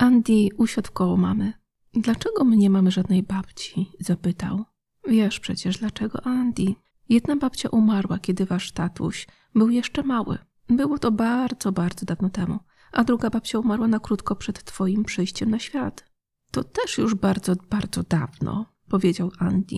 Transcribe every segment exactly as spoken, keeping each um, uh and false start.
Andy usiadł koło mamy. Dlaczego my nie mamy żadnej babci? Zapytał. Wiesz przecież dlaczego, Andy. Jedna babcia umarła, kiedy wasz tatuś był jeszcze mały. Było to bardzo, bardzo dawno temu. A druga babcia umarła na krótko przed twoim przyjściem na świat. To też już bardzo, bardzo dawno, powiedział Andy.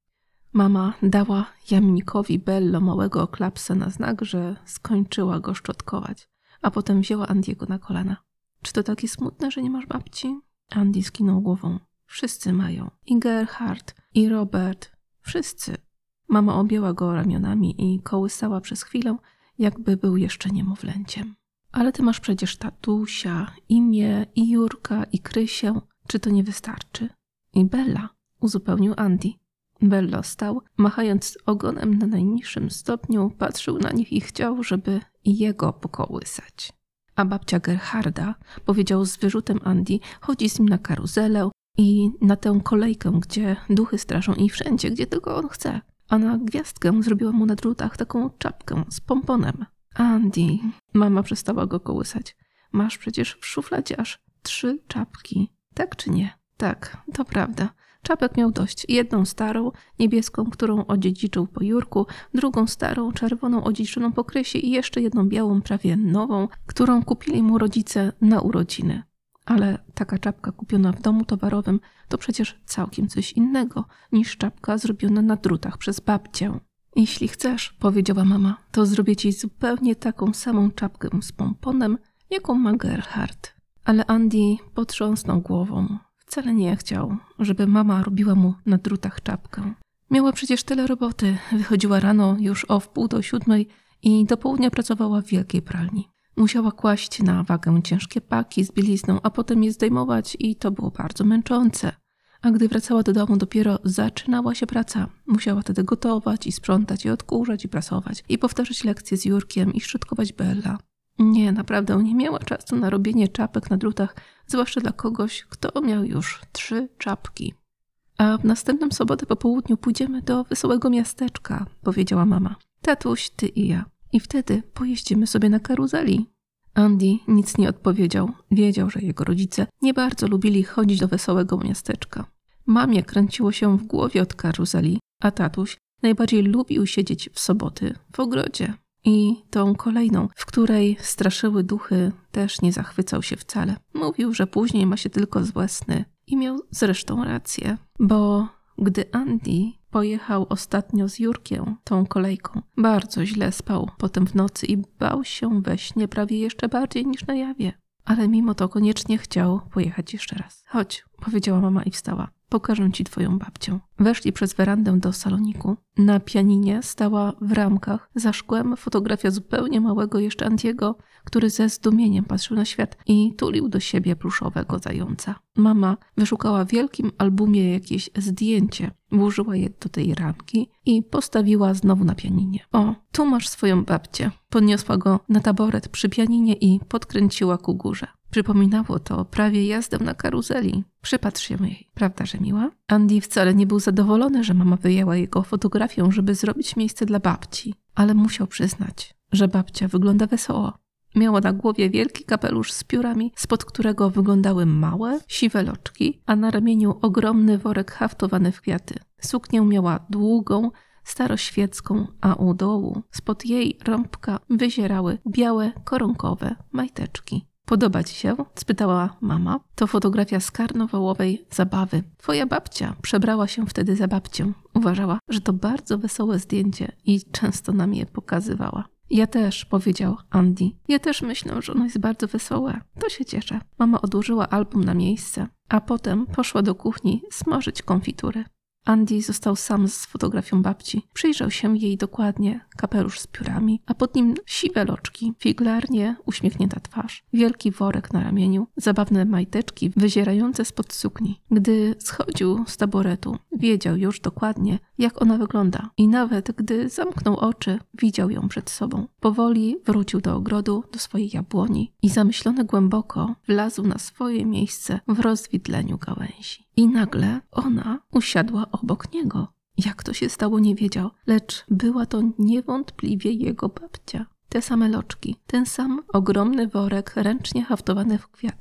Mama dała jamnikowi Bello małego klapsa na znak, że skończyła go szczotkować, a potem wzięła Andiego na kolana. Czy to takie smutne, że nie masz babci? Andy skinął głową. Wszyscy mają. I Gerhard, i Robert. Wszyscy. Mama objęła go ramionami i kołysała przez chwilę, jakby był jeszcze niemowlęciem. Ale ty masz przecież tatusia, i mnie, i Jurka, i Krysię. Czy to nie wystarczy? I Bella, uzupełnił Andy. Bello stał, machając ogonem na najniższym stopniu, patrzył na nich i chciał, żeby i jego pokołysać. A babcia Gerharda, powiedział z wyrzutem Andy, chodzi z nim na karuzelę i na tę kolejkę, gdzie duchy straszą i wszędzie, gdzie tylko on chce. A na gwiazdkę zrobiła mu na drutach taką czapkę z pomponem. Andy, mama przestała go kołysać. Masz przecież w szufladzie aż trzy czapki. Tak czy nie? Tak, to prawda. Czapek miał dość. Jedną starą, niebieską, którą odziedziczył po Jurku, drugą starą, czerwoną, odziedziczoną po Krysie i jeszcze jedną białą, prawie nową, którą kupili mu rodzice na urodziny. Ale taka czapka kupiona w domu towarowym to przecież całkiem coś innego niż czapka zrobiona na drutach przez babcię. Jeśli chcesz, powiedziała mama, to zrobię ci zupełnie taką samą czapkę z pomponem, jaką ma Gerhard. Ale Andy potrząsnął głową. Wcale nie chciał, żeby mama robiła mu na drutach czapkę. Miała przecież tyle roboty. Wychodziła rano już o wpół do siódmej i do południa pracowała w wielkiej pralni. Musiała kłaść na wagę ciężkie paki z bielizną, a potem je zdejmować i to było bardzo męczące. A gdy wracała do domu, dopiero zaczynała się praca. Musiała wtedy gotować i sprzątać i odkurzać i prasować i powtarzać lekcje z Jurkiem i szczotkować Bella. Nie, naprawdę nie miała czasu na robienie czapek na drutach, zwłaszcza dla kogoś, kto miał już trzy czapki. A w następną sobotę po południu pójdziemy do wesołego miasteczka, powiedziała mama. Tatuś, ty i ja. I wtedy pojeździmy sobie na karuzeli. Andy nic nie odpowiedział. Wiedział, że jego rodzice nie bardzo lubili chodzić do wesołego miasteczka. Mamie kręciło się w głowie od karuzeli, a tatuś najbardziej lubił siedzieć w soboty w ogrodzie. I tą kolejną, w której straszyły duchy, też nie zachwycał się wcale. Mówił, że później ma się tylko złe sny. I miał zresztą rację, bo gdy Andy pojechał ostatnio z Jurkiem tą kolejką, bardzo źle spał potem w nocy i bał się we śnie prawie jeszcze bardziej niż na jawie. Ale mimo to koniecznie chciał pojechać jeszcze raz. Chodź, powiedziała mama i wstała. Pokażę ci twoją babcię. Weszli przez werandę do saloniku. Na pianinie stała w ramkach za szkłem fotografia zupełnie małego jeszcze Andiego, który ze zdumieniem patrzył na świat i tulił do siebie pluszowego zająca. Mama wyszukała w wielkim albumie jakieś zdjęcie, włożyła je do tej ramki i postawiła znowu na pianinie. O, tu masz swoją babcię. Podniosła go na taboret przy pianinie i podkręciła ku górze. Przypominało to prawie jazdę na karuzeli. Przypatrz się jej, prawda, że miła? Andy wcale nie był zadowolony, że mama wyjęła jego fotografię, żeby zrobić miejsce dla babci. Ale musiał przyznać, że babcia wygląda wesoło. Miała na głowie wielki kapelusz z piórami, spod którego wyglądały małe, siwe loczki, a na ramieniu ogromny worek haftowany w kwiaty. Suknię miała długą, staroświecką, a u dołu, spod jej rąbka, wyzierały białe, koronkowe majteczki. Podoba ci się? Spytała mama. To fotografia z karnawałowej zabawy. Twoja babcia przebrała się wtedy za babcię. Uważała, że to bardzo wesołe zdjęcie i często nam je pokazywała. Ja też, powiedział Andy. Ja też myślę, że ono jest bardzo wesołe. To się cieszę. Mama odłożyła album na miejsce, a potem poszła do kuchni smażyć konfitury. Andy został sam z fotografią babci. Przyjrzał się jej dokładnie, kapelusz z piórami, a pod nim siwe loczki, figlarnie uśmiechnięta twarz, wielki worek na ramieniu, zabawne majteczki wyzierające spod sukni. Gdy schodził z taboretu, wiedział już dokładnie, jak ona wygląda i nawet gdy zamknął oczy, widział ją przed sobą. Powoli wrócił do ogrodu, do swojej jabłoni i zamyślony głęboko wlazł na swoje miejsce w rozwidleniu gałęzi. I nagle ona usiadła obok niego. Jak to się stało, nie wiedział, lecz była to niewątpliwie jego babcia. Te same loczki, ten sam ogromny worek ręcznie haftowany w kwiaty.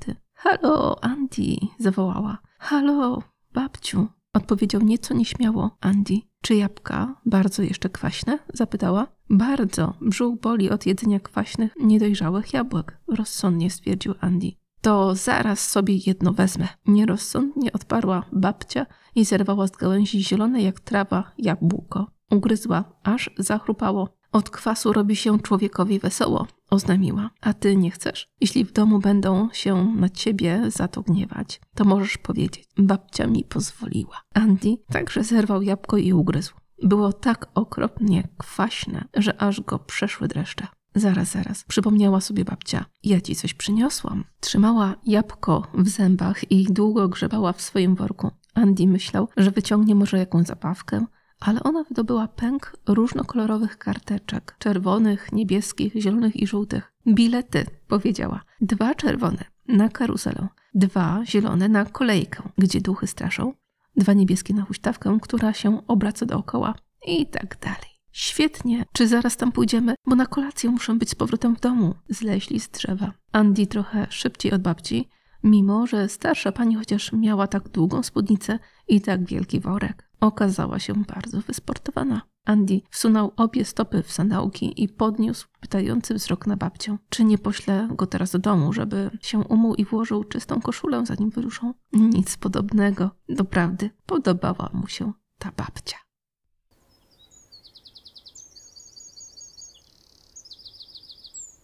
Halo, Andy, zawołała. Halo, babciu, odpowiedział nieco nieśmiało Andy. Czy jabłka bardzo jeszcze kwaśne? Zapytała. Bardzo, brzuch boli od jedzenia kwaśnych, niedojrzałych jabłek, rozsądnie stwierdził Andy. To zaraz sobie jedno wezmę. Nierozsądnie odparła babcia i zerwała z gałęzi zielone jak trawa jabłko. Ugryzła, aż zachrupało. Od kwasu robi się człowiekowi wesoło, oznajmiła. A ty nie chcesz? Jeśli w domu będą się na ciebie za to gniewać, to możesz powiedzieć. Babcia mi pozwoliła. Andy także zerwał jabłko i ugryzł. Było tak okropnie kwaśne, że aż go przeszły dreszcze. Zaraz, zaraz, przypomniała sobie babcia. Ja ci coś przyniosłam. Trzymała jabłko w zębach i długo grzebała w swoim worku. Andy myślał, że wyciągnie może jakąś zabawkę, ale ona wydobyła pęk różnokolorowych karteczek. Czerwonych, niebieskich, zielonych i żółtych. Bilety, powiedziała. Dwa czerwone na karuzelę. Dwa zielone na kolejkę, gdzie duchy straszą. Dwa niebieskie na huśtawkę, która się obraca dookoła. I tak dalej. Świetnie. Czy zaraz tam pójdziemy? Bo na kolację muszę być z powrotem w domu. Zleźli z drzewa. Andy trochę szybciej od babci, mimo że starsza pani chociaż miała tak długą spódnicę i tak wielki worek. Okazała się bardzo wysportowana. Andy wsunął obie stopy w sandałki i podniósł pytający wzrok na babcię. Czy nie poślę go teraz do domu, żeby się umył i włożył czystą koszulę, zanim wyruszą? Nic podobnego. Doprawdy podobała mu się ta babcia.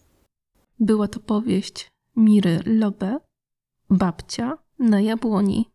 Była to powieść Miry Lobe, Babcia na jabłoni.